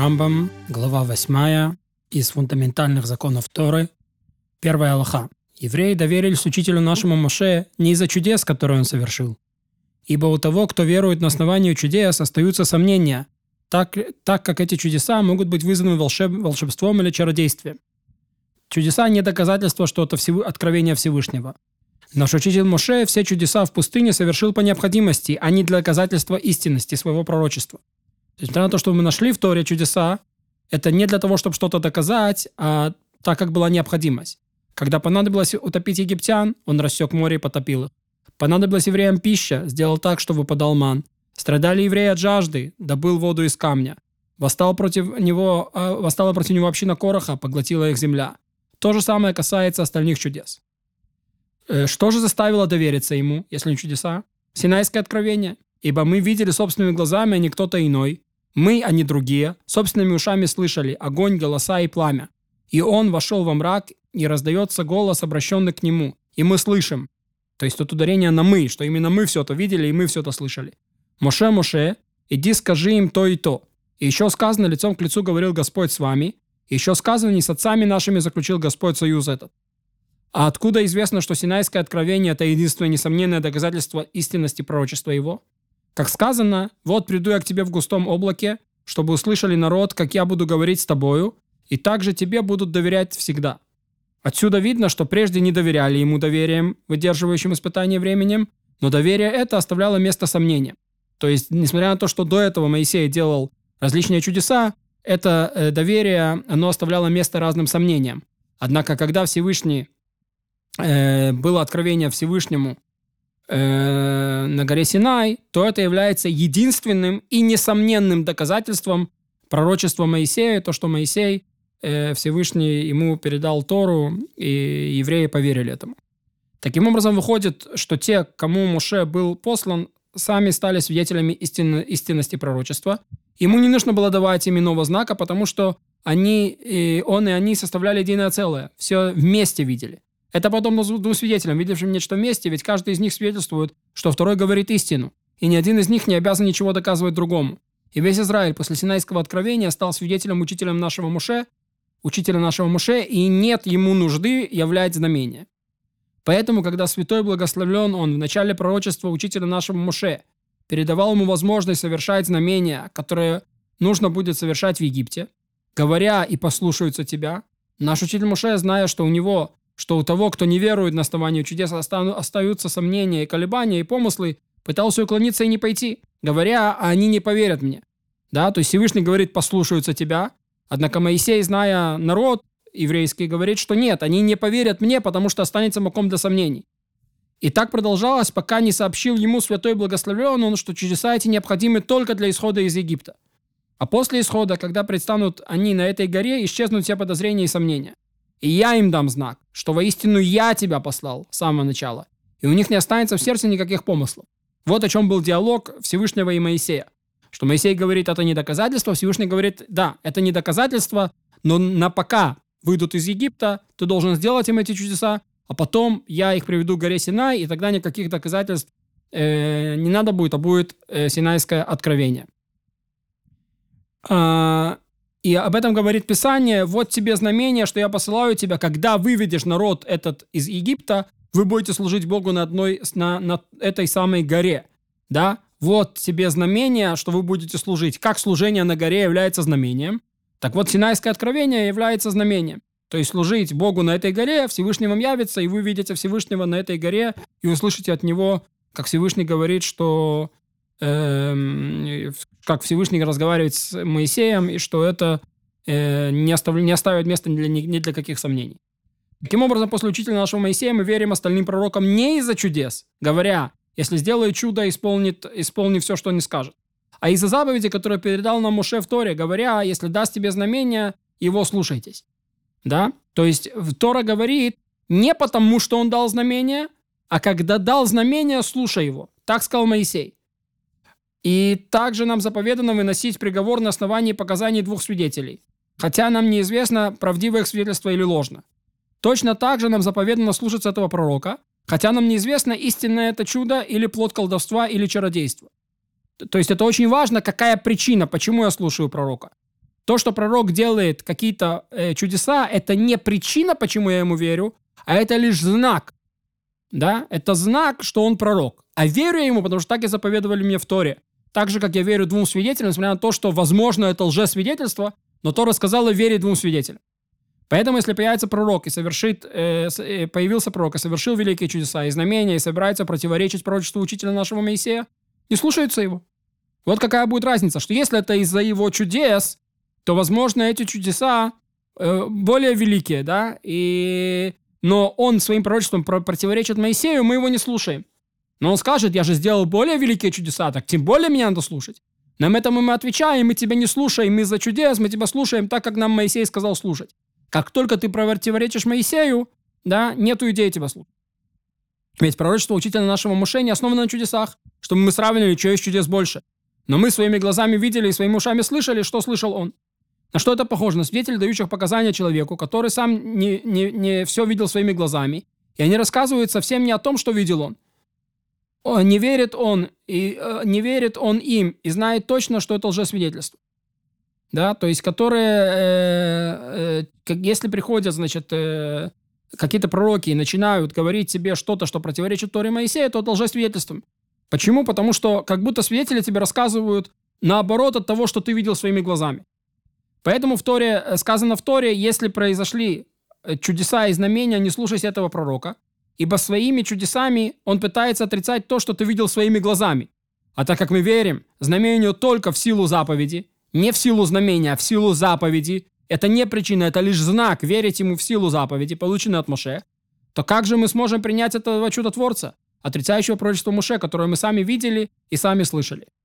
Рамбам, глава 8, из фундаментальных законов Торы. Первая алаха. Евреи доверились учителю нашему Моше не из-за чудес, которые он совершил. Ибо у того, кто верует на основании чудес, остаются сомнения, так как эти чудеса могут быть вызваны волшебством или чародействием. Чудеса не доказательство, что это откровение Всевышнего. Наш учитель Моше все чудеса в пустыне совершил по необходимости, а не для доказательства истинности своего пророчества. То есть, несмотря на то, что мы нашли в Торе чудеса, это не для того, чтобы что-то доказать, а так, как была необходимость. Когда понадобилось утопить египтян, он рассек море и потопил их. Понадобилась евреям пища, сделал так, что выпадал ман. Страдали евреи от жажды, добыл воду из камня. Восстала против него община Кораха, поглотила их земля. То же самое касается остальных чудес. Что же заставило довериться ему, если не чудеса? Синайское откровение. Ибо мы видели собственными глазами, а не кто-то иной. Мы, а не другие, собственными ушами слышали огонь, голоса и пламя. И он вошел во мрак, и раздается голос, обращенный к нему. И мы слышим. То есть тут ударение на «мы», что именно мы все это видели, и мы все это слышали. «Моше, Моше, иди скажи им то и то. И еще сказано, лицом к лицу говорил Господь с вами. И еще сказано, не с отцами нашими заключил Господь союз этот». А откуда известно, что Синайское откровение – это единственное несомненное доказательство истинности пророчества его? Как сказано, «Вот приду я к тебе в густом облаке, чтобы услышали народ, как я буду говорить с тобою, и также тебе будут доверять всегда». Отсюда видно, что прежде не доверяли ему доверием, выдерживающим испытание временем, но доверие это оставляло место сомнения. То есть, несмотря на то, что до этого Моисей делал различные чудеса, это доверие, оно оставляло место разным сомнениям. Однако, когда Всевышний, было откровение Всевышнему на горе Синай, то это является единственным и несомненным доказательством пророчества Моисея, то, что Моисей, Всевышний ему передал Тору, и евреи поверили этому. Таким образом, выходит, что те, кому Моше был послан, сами стали свидетелями истинности пророчества. Ему не нужно было давать им иного знака, потому что он и они составляли единое целое, все вместе видели. Это подобно двум свидетелям, видевшим нечто вместе, ведь каждый из них свидетельствует, что второй говорит истину, и ни один из них не обязан ничего доказывать другому. И весь Израиль после Синайского откровения стал свидетелем учителя нашего Моше, и нет ему нужды являть знамения. Поэтому, когда святой благословлен он в начале пророчества учителя нашего Моше передавал ему возможность совершать знамения, которые нужно будет совершать в Египте, говоря «и послушаются тебя», наш учитель Моше, зная, что у того, кто не верует на основании чудес, остаются сомнения и колебания, и помыслы, пытался уклониться и не пойти, говоря, а они не поверят мне. Да? То есть Всевышний говорит, послушаются тебя, однако Моисей, зная народ еврейский, говорит, что нет, они не поверят мне, потому что останется маком для сомнений. И так продолжалось, пока не сообщил ему святой благословен он, что чудеса эти необходимы только для исхода из Египта. А после исхода, когда предстанут они на этой горе, исчезнут все подозрения и сомнения. И я им дам знак, что воистину я тебя послал с самого начала, и у них не останется в сердце никаких помыслов. Вот о чем был диалог Всевышнего и Моисея. Что Моисей говорит, это не доказательство, Всевышний говорит, да, это не доказательство, но пока выйдут из Египта, ты должен сделать им эти чудеса, а потом я их приведу к горе Синай, и тогда никаких доказательств не надо будет, а будет Синайское откровение. И об этом говорит Писание. Вот тебе знамение, что я посылаю тебя, когда выведешь народ этот из Египта, вы будете служить Богу на этой самой горе. Да? Вот тебе знамение, что вы будете служить. Как служение на горе является знамением, так вот Синайское откровение является знамением. То есть служить Богу на этой горе, Всевышний вам явится, и вы видите Всевышнего на этой горе, и услышите от него, как Всевышний говорит, что как Всевышний разговаривает с Моисеем, и что это не оставит места ни для каких сомнений. Таким образом, после учителя нашего Моисея мы верим остальным пророкам не из-за чудес, говоря, если сделаю чудо, исполни все, что он не скажет, а из-за заповеди, которую передал нам Моше в Торе, говоря, если даст тебе знамение, его слушайтесь. Да? То есть Тора говорит не потому, что он дал знамение, а когда дал знамение, слушай его. Так сказал Моисей. И также нам заповедано выносить приговор на основании показаний двух свидетелей, хотя нам неизвестно, правдивое их свидетельство или ложно. Точно так же нам заповедано слушаться этого пророка, хотя нам неизвестно, истинное это чудо или плод колдовства или чародейства. То есть это очень важно, какая причина, почему я слушаю пророка. То, что пророк делает какие-то чудеса, это не причина, почему я ему верю, а это лишь знак. Да? Это знак, что он пророк. А верю я ему, потому что так и заповедовали мне в Торе. Так же, как я верю двум свидетелям, несмотря на то, что, возможно, это лжесвидетельство, но Тора сказала верить двум свидетелям. Поэтому, если появится пророк и появился пророк и совершил великие чудеса и знамения, и собирается противоречить пророчеству учителя нашего Моисея, не слушаются его. Вот какая будет разница, что если это из-за его чудес, то, возможно, эти чудеса более великие, да, но он своим пророчеством противоречит Моисею, мы его не слушаем. Но он скажет, я же сделал более великие чудеса, так тем более меня надо слушать. Нам этому мы отвечаем, мы тебя не слушаем из-за чудес, мы тебя слушаем так, как нам Моисей сказал слушать. Как только ты противоречишь Моисею, да, нету идеи тебя слушать. Ведь пророчество учителя нашего Моше не основано на чудесах, чтобы мы сравнивали, что есть чудес больше. Но мы своими глазами видели и своими ушами слышали, что слышал он. На что это похоже? На свидетелей, дающих показания человеку, который сам не все видел своими глазами, и они рассказывают совсем не о том, что видел он. Не верит он им и знает точно, что это лжесвидетельство. Да, то есть, которые, если приходят, значит, какие-то пророки и начинают говорить себе что-то, что противоречит Торе Моисея, то это лжесвидетельством. Почему? Потому что как будто свидетели тебе рассказывают наоборот от того, что ты видел своими глазами. Поэтому в Торе, сказано в Торе, если произошли чудеса и знамения, не слушайся этого пророка, ибо своими чудесами он пытается отрицать то, что ты видел своими глазами. А так как мы верим знамению только в силу заповеди, не в силу знамения, а в силу заповеди, это не причина, это лишь знак верить ему в силу заповеди, полученной от Моше, то как же мы сможем принять этого чудотворца, отрицающего пророчество Моше, которое мы сами видели и сами слышали?